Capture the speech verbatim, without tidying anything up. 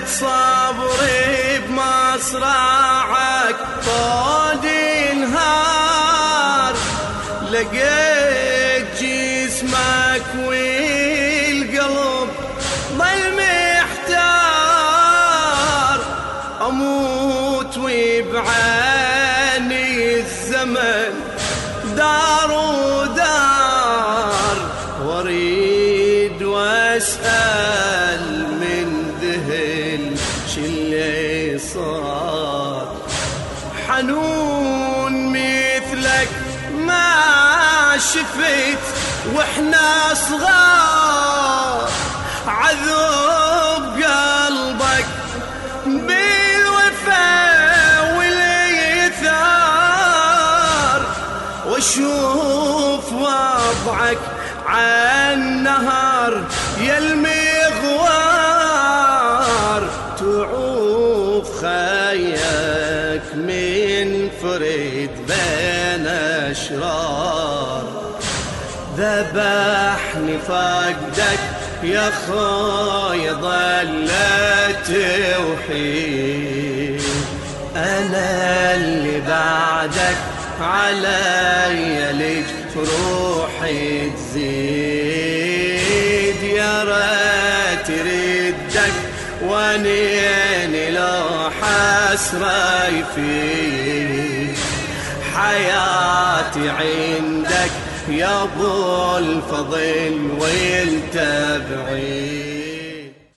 صبري بمصرعك طول نهار، لقيت جسمك والقلب ضل محتار، أموت وبعاني الزمن دار ودار، واريد واسأل من ذهل شلي صار، حنون مثلك ما شفت واحنا صغار، عذب قلبك بالوفا والإيثار، واشوف وضعك عالنهر يا المغوار، تعوف خيك من فرد بين أشرار، ذبحني فقدك يا خوي ظل التوحيد، أنا اللي بعدك علي لج روحي تزيد، يا ريت ردك وانيني لو حسري فيك، حياتي عندك يا ابو الفضل وانت بعيد.